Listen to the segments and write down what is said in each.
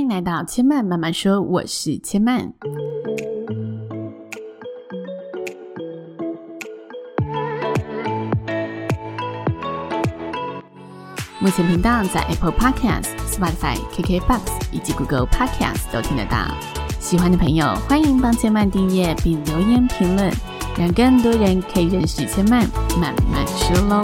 迎来到千曼慢慢说，我是千曼。目前频道在 Apple Podcast、Spotify、KKBOX 以及 Google Podcast 都听得到。喜欢的朋友欢迎帮千曼订阅并留言评论，让更多人可以认识千曼慢慢说咯。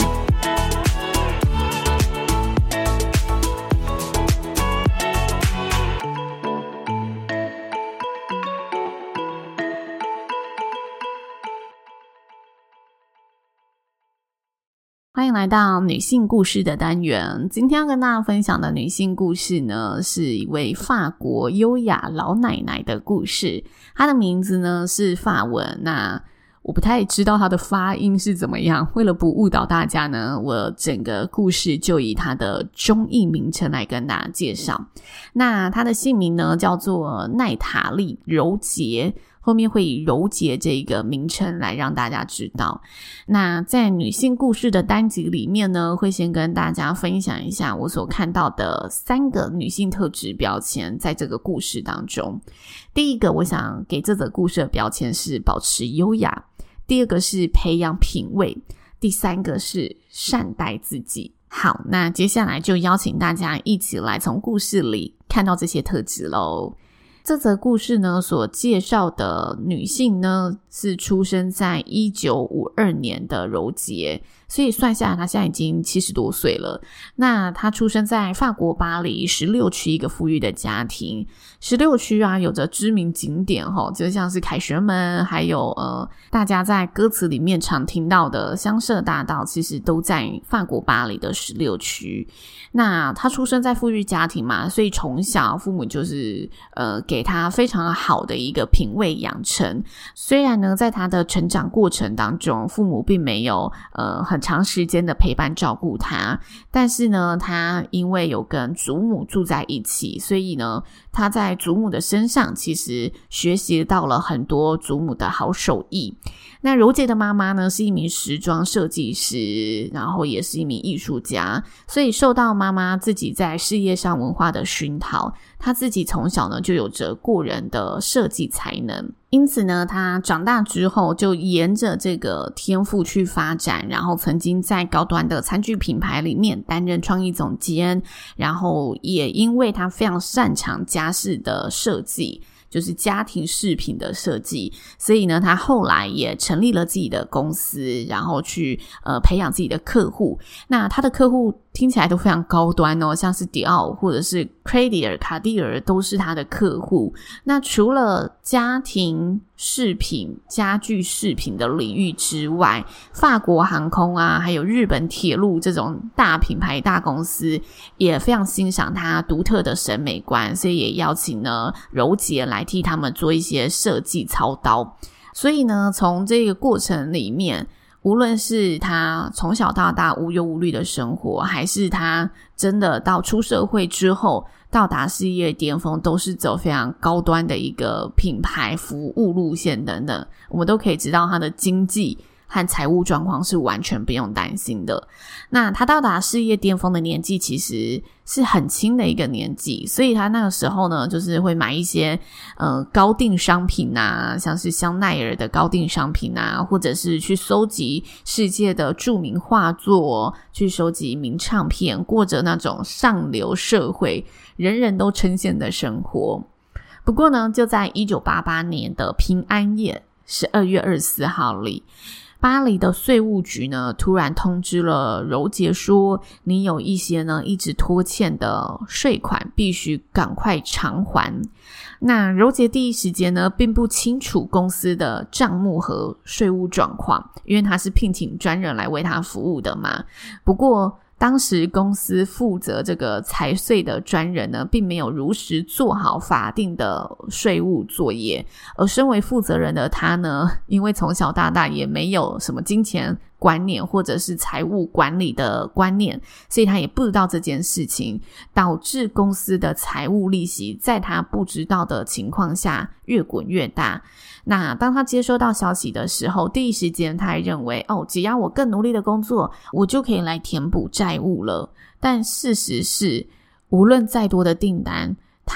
欢迎来到女性故事的单元。今天要跟大家分享的女性故事呢，是一位法国优雅老奶奶的故事。她的名字呢是法文，那我不太知道她的发音是怎么样，为了不误导大家呢，我整个故事就以她的中译名称来跟大家介绍。那她的姓名呢叫做奈塔莉·柔杰，后面会以柔杰这个名称来让大家知道。那在女性故事的单集里面呢，会先跟大家分享一下我所看到的3个女性特质标签在这个故事当中。第一个，我想给这则故事的标签是保持优雅，第二个是培养品味，第3个是善待自己。好，那接下来就邀请大家一起来从故事里看到这些特质咯。这则故事呢所介绍的女性呢是出生在1952年的柔杰，所以算下来她现在已经70多岁了。那她出生在法国巴黎16区一个富裕的家庭。16区啊有着知名景点就像是凯旋门，还有大家在歌词里面常听到的香榭大道，其实都在法国巴黎的16区。那她出生在富裕家庭嘛，所以从小父母就是给她非常好的一个品味养成。虽然呢在她的成长过程当中，父母并没有很长时间的陪伴照顾她，但是呢她因为有跟祖母住在一起，所以呢她在祖母的身上其实学习到了很多祖母的好手艺。那柔杰的妈妈呢是一名时装设计师，然后也是一名艺术家，所以受到妈妈自己在事业上文化的熏陶，她自己从小呢就有着过人的设计才能。因此呢她长大之后就沿着这个天赋去发展，然后曾经在高端的餐具品牌里面担任创意总监，然后也因为她非常擅长家饰的设计，就是家庭饰品的设计，所以呢他后来也成立了自己的公司，然后去培养自己的客户。那他的客户听起来都非常高端哦，像是迪奥或者是 Credier 卡地尔都是他的客户。那除了家庭饰品、家具饰品的领域之外，法国航空啊，还有日本铁路这种大品牌大公司也非常欣赏他独特的审美观，所以也邀请呢柔杰来替他们做一些设计操刀。所以呢从这个过程里面，无论是他从小到大无忧无虑的生活，还是他真的到出社会之后到达事业巅峰，都是走非常高端的一个品牌服务路线等等，我们都可以知道他的经济和财务状况是完全不用担心的。那他到达事业巅峰的年纪其实是很轻的一个年纪，所以他那个时候呢就是会买一些高定商品啊，像是香奈儿的高定商品啊，或者是去收集世界的著名画作，去收集名唱片，过着那种上流社会人人都称羡的生活。不过呢就在1988年的平安夜12月24号里，巴黎的税务局呢突然通知了柔杰说，你有一些呢一直拖欠的税款必须赶快偿还。那柔杰第一时间呢并不清楚公司的账目和税务状况，因为他是聘请专人来为他服务的嘛。不过当时公司负责这个财税的专人呢并没有如实做好法定的税务作业，而身为负责人的他呢，因为从小到大也没有什么金钱观念或者是财务管理的观念，所以他也不知道这件事情，导致公司的财务利息在他不知道的情况下越滚越大。那当他接收到消息的时候，第一时间他还认为只要我更努力的工作，我就可以来填补债务了。但事实是，无论再多的订单，他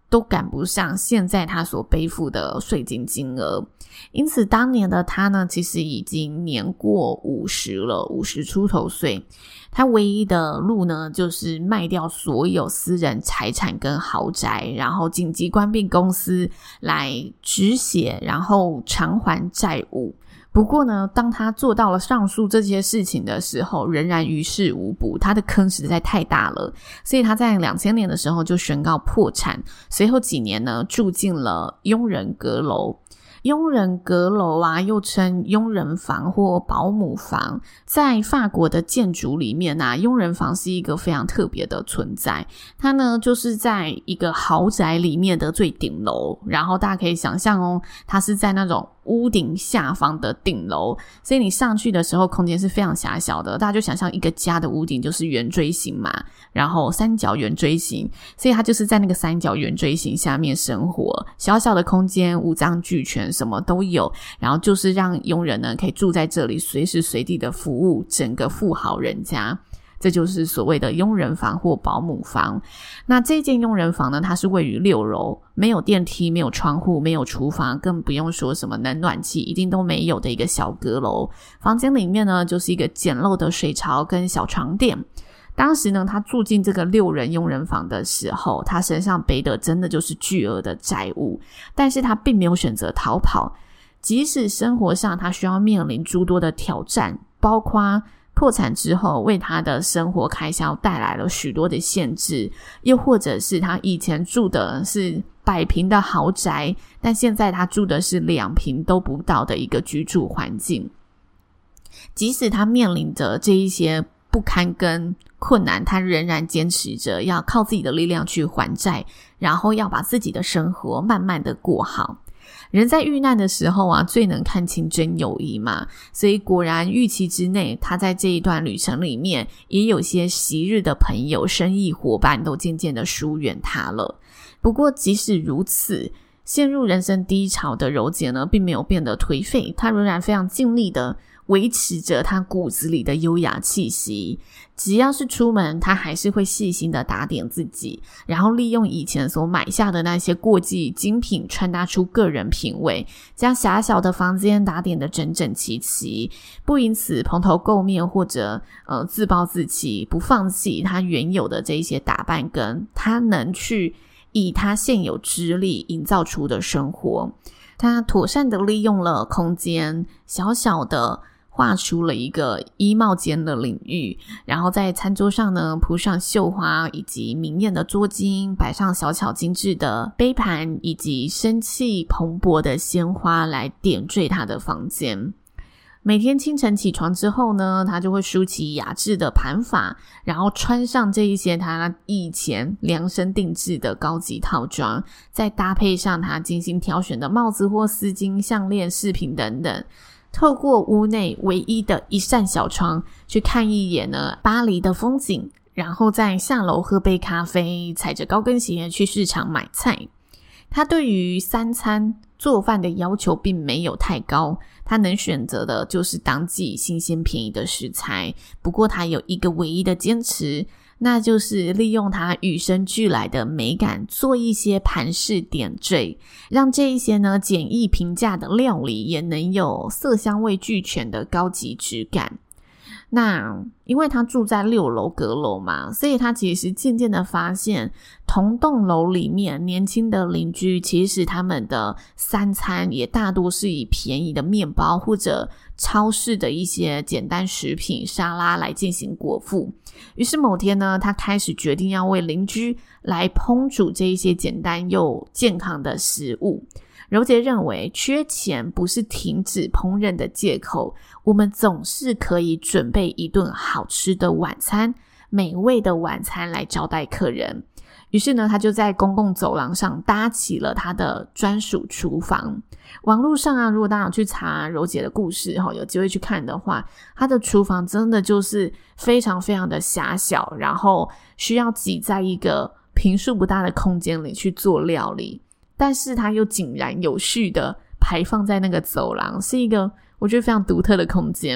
都赶不上现在他所背负的税金金额。因此当年的他呢，其实已经年过50了，50出头岁。他唯一的路呢，就是卖掉所有私人财产跟豪宅，然后紧急关闭公司来止血，然后偿还债务。不过呢，当他做到了上述这些事情的时候，仍然于事无补，他的坑实在太大了，所以他在2000年的时候就宣告破产。随后几年呢，住进了佣人阁楼。佣人阁楼啊，又称佣人房或保姆房，在法国的建筑里面啊，佣人房是一个非常特别的存在。它呢，就是在一个豪宅里面的最顶楼，然后大家可以想象哦，它是在那种屋顶下方的顶楼，所以你上去的时候空间是非常狭小的。大家就想象一个家的屋顶就是圆锥形嘛，然后三角圆锥形，所以它就是在那个三角圆锥形下面生活，小小的空间五脏俱全，什么都有，然后就是让佣人呢可以住在这里，随时随地的服务整个富豪人家。这就是所谓的佣人房或保姆房。那这间佣人房呢，它是位于6楼，没有电梯，没有窗户，没有厨房，更不用说什么冷暖气，一定都没有的一个小阁楼。房间里面呢，就是一个简陋的水槽跟小床垫。当时呢，他住进这个6人佣人房的时候，他身上背的真的就是巨额的债务，但是他并没有选择逃跑。即使生活上他需要面临诸多的挑战，包括破产之后为他的生活开销带来了许多的限制，又或者是他以前住的是100坪的豪宅，但现在他住的是2坪都不到的一个居住环境。即使他面临着这一些不堪跟困难，他仍然坚持着要靠自己的力量去还债，然后要把自己的生活慢慢的过好。人在遇难的时候啊，最能看清真友谊嘛，所以果然预期之内，他在这一段旅程里面也有些昔日的朋友、生意伙伴都渐渐的疏远他了。不过即使如此，陷入人生低潮的柔姐呢，并没有变得颓废，她仍然非常尽力的维持着她骨子里的优雅气息。只要是出门，她还是会细心的打点自己，然后利用以前所买下的那些过季精品穿搭出个人品味，将狭小的房间打点得整整齐齐，不因此蓬头垢面或者自暴自弃，不放弃她原有的这一些打扮跟她能去以她现有之力营造出的生活。她妥善的利用了空间，小小的画出了一个衣帽间的领域，然后在餐桌上呢铺上绣花以及明艳的桌巾，摆上小巧精致的杯盘以及生气蓬勃的鲜花来点缀她的房间。每天清晨起床之后呢，他就会梳起雅致的盘发，然后穿上这一些他以前量身定制的高级套装，再搭配上他精心挑选的帽子或丝巾、项链、饰品等等，透过屋内唯一的一扇小窗去看一眼呢巴黎的风景，然后再下楼喝杯咖啡，踩着高跟鞋去市场买菜。他对于3餐做饭的要求并没有太高，他能选择的就是当季新鲜便宜的食材。不过他有一个唯一的坚持，那就是利用他与生俱来的美感做一些盘饰点缀，让这一些呢简易平价的料理也能有色香味俱全的高级质感。那因为他住在6楼阁楼嘛，所以他其实渐渐的发现同栋楼里面年轻的邻居其实他们的3餐也大多是以便宜的面包或者超市的一些简单食品沙拉来进行果腹。于是某天呢，他开始决定要为邻居来烹煮这一些简单又健康的食物。柔姐认为缺钱不是停止烹饪的借口，我们总是可以准备一顿好吃的晚餐，美味的晚餐来招待客人。于是呢，他就在公共走廊上搭起了他的专属厨房。网络上啊，如果大家有去查柔姐的故事，有机会去看的话，他的厨房真的就是非常非常的狭小，然后需要挤在一个坪数不大的空间里去做料理，但是它又井然有序的排放在那个走廊，是一个我觉得非常独特的空间。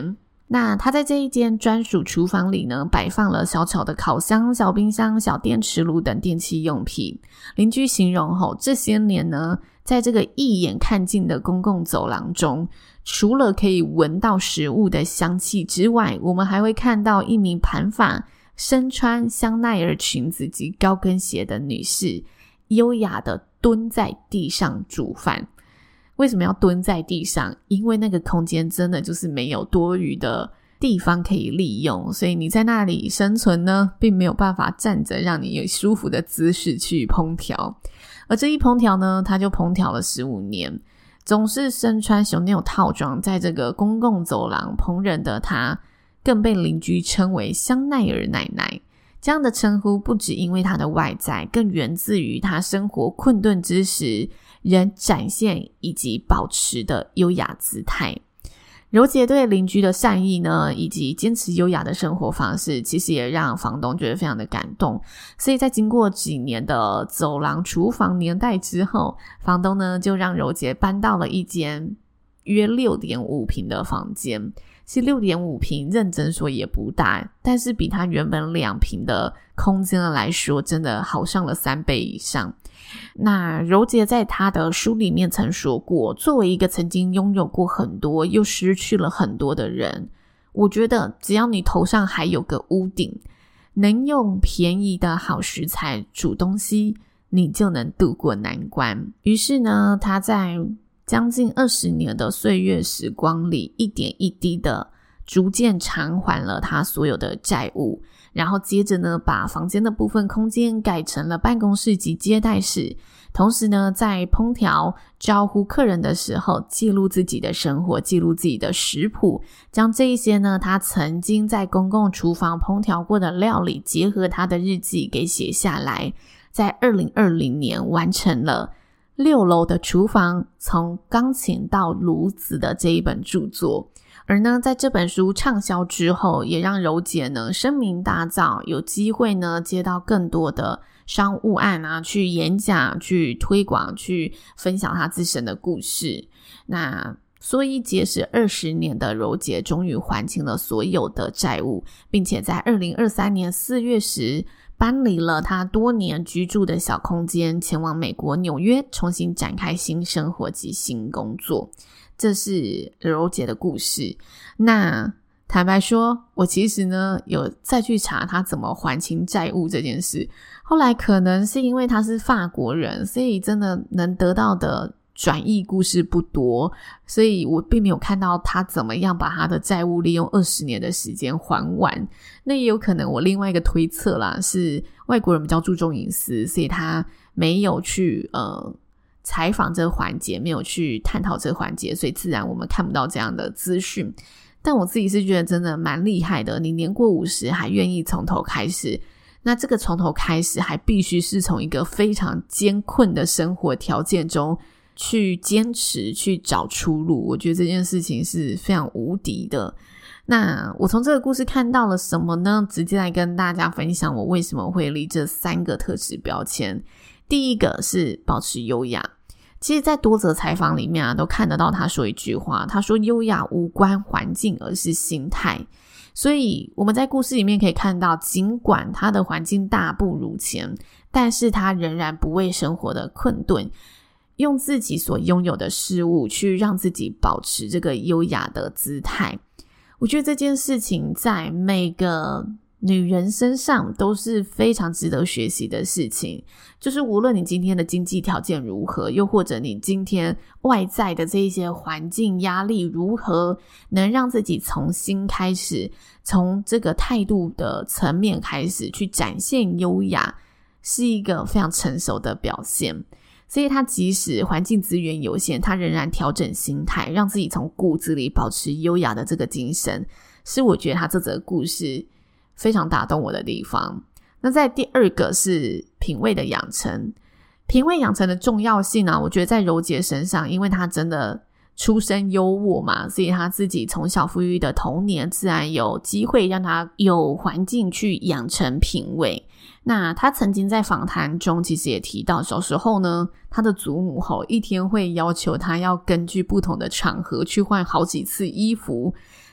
那他在这一间专属厨房里呢，摆放了小巧的烤箱、小冰箱、小电磁炉等电器用品。邻居形容这些年呢，在这个一眼看尽的公共走廊中，除了可以闻到食物的香气之外，我们还会看到一名盘发、身穿香奈儿裙子及高跟鞋的女士，优雅的蹲在地上煮饭。为什么要蹲在地上？因为那个空间真的就是没有多余的地方可以利用，所以你在那里生存呢，并没有办法站着让你有舒服的姿势去烹调。而这一烹调呢，他就烹调了15年，总是身穿Chanel套装在这个公共走廊烹饪的他，更被邻居称为香奈儿奶奶。这样的称呼不只因为他的外在，更源自于他生活困顿之时仍展现以及保持的优雅姿态。柔杰对邻居的善意呢，以及坚持优雅的生活方式，其实也让房东觉得非常的感动。所以在经过几年的走廊厨房年代之后，房东呢就让柔杰搬到了一间约 6.5 平的房间。其实 6.5 平认真说也不大，但是比他原本2平的空间来说，真的好上了3倍以上。那柔杰在他的书里面曾说过，作为一个曾经拥有过很多又失去了很多的人，我觉得只要你头上还有个屋顶，能用便宜的好食材煮东西，你就能度过难关。于是呢，他在将近20年的岁月时光里，一点一滴的逐渐偿还了他所有的债务，然后接着呢，把房间的部分空间改成了办公室及接待室，同时呢，在烹调招呼客人的时候，记录自己的生活，记录自己的食谱，将这一些呢，他曾经在公共厨房烹调过的料理，结合他的日记给写下来，在2020年完成了6楼的厨房从钢琴到炉子的这一本著作。而呢，在这本书畅销之后，也让柔杰呢声名大噪，有机会呢接到更多的商务案啊，去演讲，去推广，去分享他自身的故事。那所以结识20年的柔杰终于还清了所有的债务，并且在2023年4月时搬离了他多年居住的小空间，前往美国纽约重新展开新生活及新工作。这是柔杰的故事。那坦白说，我其实呢有再去查他怎么还清债务这件事，后来可能是因为他是法国人，所以真的能得到的转译故事不多，所以我并没有看到他怎么样把他的债务利用20年的时间还完。那也有可能我另外一个推测啦，是外国人比较注重隐私，所以他没有去采访这个环节，没有去探讨这个环节，所以自然我们看不到这样的资讯。但我自己是觉得真的蛮厉害的，你年过50还愿意从头开始，那这个从头开始还必须是从一个非常艰困的生活条件中去坚持，去找出路。我觉得这件事情是非常无敌的。那我从这个故事看到了什么呢？直接来跟大家分享我为什么会立这3个特质标签。第一个是保持优雅。其实在多则采访里面都看得到他说一句话，他说优雅无关环境，而是心态。所以我们在故事里面可以看到，尽管他的环境大不如前，但是他仍然不为生活的困顿，用自己所拥有的事物去让自己保持这个优雅的姿态。我觉得这件事情在每个女人身上都是非常值得学习的事情，就是无论你今天的经济条件如何，又或者你今天外在的这一些环境压力如何，能让自己从心开始，从这个态度的层面开始去展现优雅，是一个非常成熟的表现。所以他即使环境资源有限，他仍然调整心态，让自己从骨子里保持优雅的这个精神，是我觉得他这则故事非常打动我的地方。那在第二个是品味的养成。品味养成的重要性我觉得在柔杰身上，因为他真的出身优渥嘛，所以他自己从小富裕的童年，自然有机会让他有环境去养成品味。那他曾经在访谈中其实也提到，小时候呢，他的祖母一天会要求他要根据不同的场合去换好几次衣服，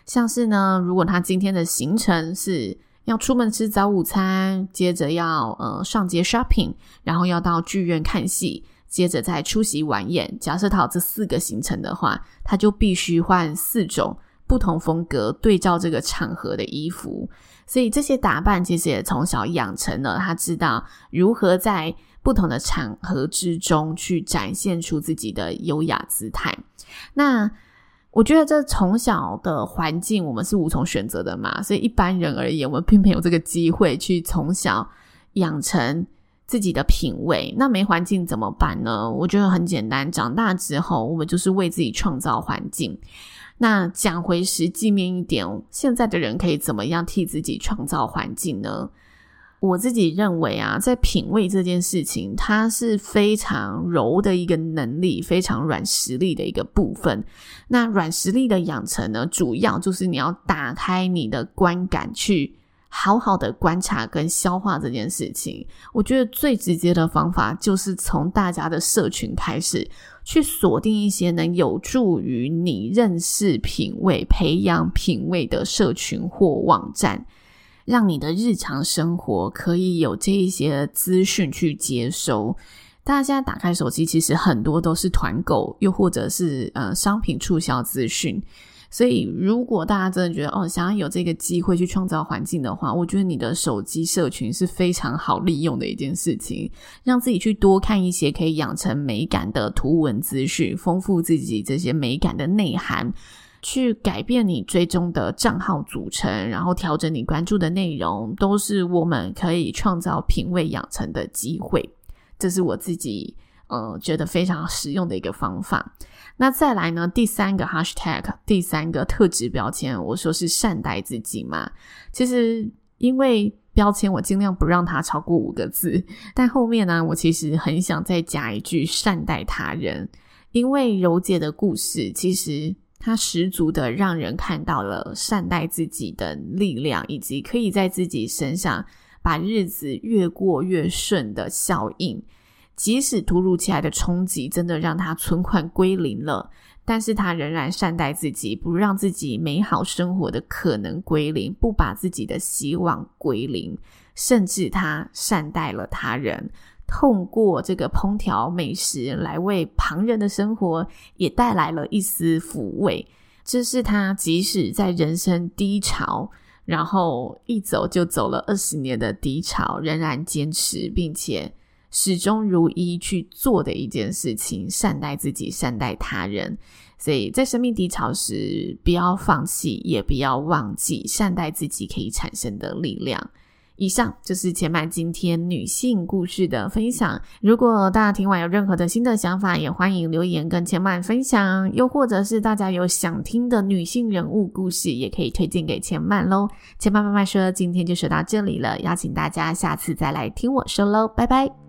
像是呢，如果他今天的行程是要出门吃早午餐，接着要上街 shopping， 然后要到剧院看戏，接着再出席晚宴，假设他有这4个行程的话，他就必须换4种不同风格对照这个场合的衣服。所以这些打扮其实也从小养成了他知道如何在不同的场合之中去展现出自己的优雅姿态。那我觉得这从小的环境我们是无从选择的嘛，所以一般人而言我们并没有这个机会去从小养成自己的品味。那没环境怎么办呢？我觉得很简单，长大之后我们就是为自己创造环境。那讲回实际面一点，现在的人可以怎么样替自己创造环境呢？我自己认为啊，在品味这件事情，它是非常柔的一个能力，非常软实力的一个部分。那软实力的养成呢，主要就是你要打开你的观感，去好好的观察跟消化这件事情。我觉得最直接的方法就是从大家的社群开始，去锁定一些能有助于你认识品味、培养品味的社群或网站，让你的日常生活可以有这一些资讯去接收。大家现在打开手机，其实很多都是团购，又或者是商品促销资讯。所以如果大家真的觉得想要有这个机会去创造环境的话，我觉得你的手机社群是非常好利用的一件事情，让自己去多看一些可以养成美感的图文资讯，丰富自己这些美感的内涵，去改变你追踪的账号组成，然后调整你关注的内容，都是我们可以创造品味养成的机会。这是我自己觉得非常实用的一个方法。那再来呢，第3个 hashtag， 第3个特质标签，我说是善待自己嘛。其实因为标签我尽量不让它超过5个字，但后面呢，我其实很想再加一句善待他人。因为柔姐的故事其实它十足的让人看到了善待自己的力量，以及可以在自己身上把日子越过越顺的效应。即使突如其来的冲击真的让他存款归零了，但是他仍然善待自己，不让自己美好生活的可能归零，不把自己的希望归零，甚至他善待了他人，透过这个烹调美食来为旁人的生活也带来了一丝抚慰。这是他即使在人生低潮，然后一走就走了20年的低潮，仍然坚持并且始终如一去做的一件事情，善待自己，善待他人。所以在生命低潮时，不要放弃，也不要忘记善待自己可以产生的力量。以上就是千曼今天女性故事的分享。如果大家听完有任何的新的想法，也欢迎留言跟千曼分享，又或者是大家有想听的女性人物故事，也可以推荐给千曼咯。千曼慢慢说今天就说到这里了，邀请大家下次再来听我说咯，拜拜。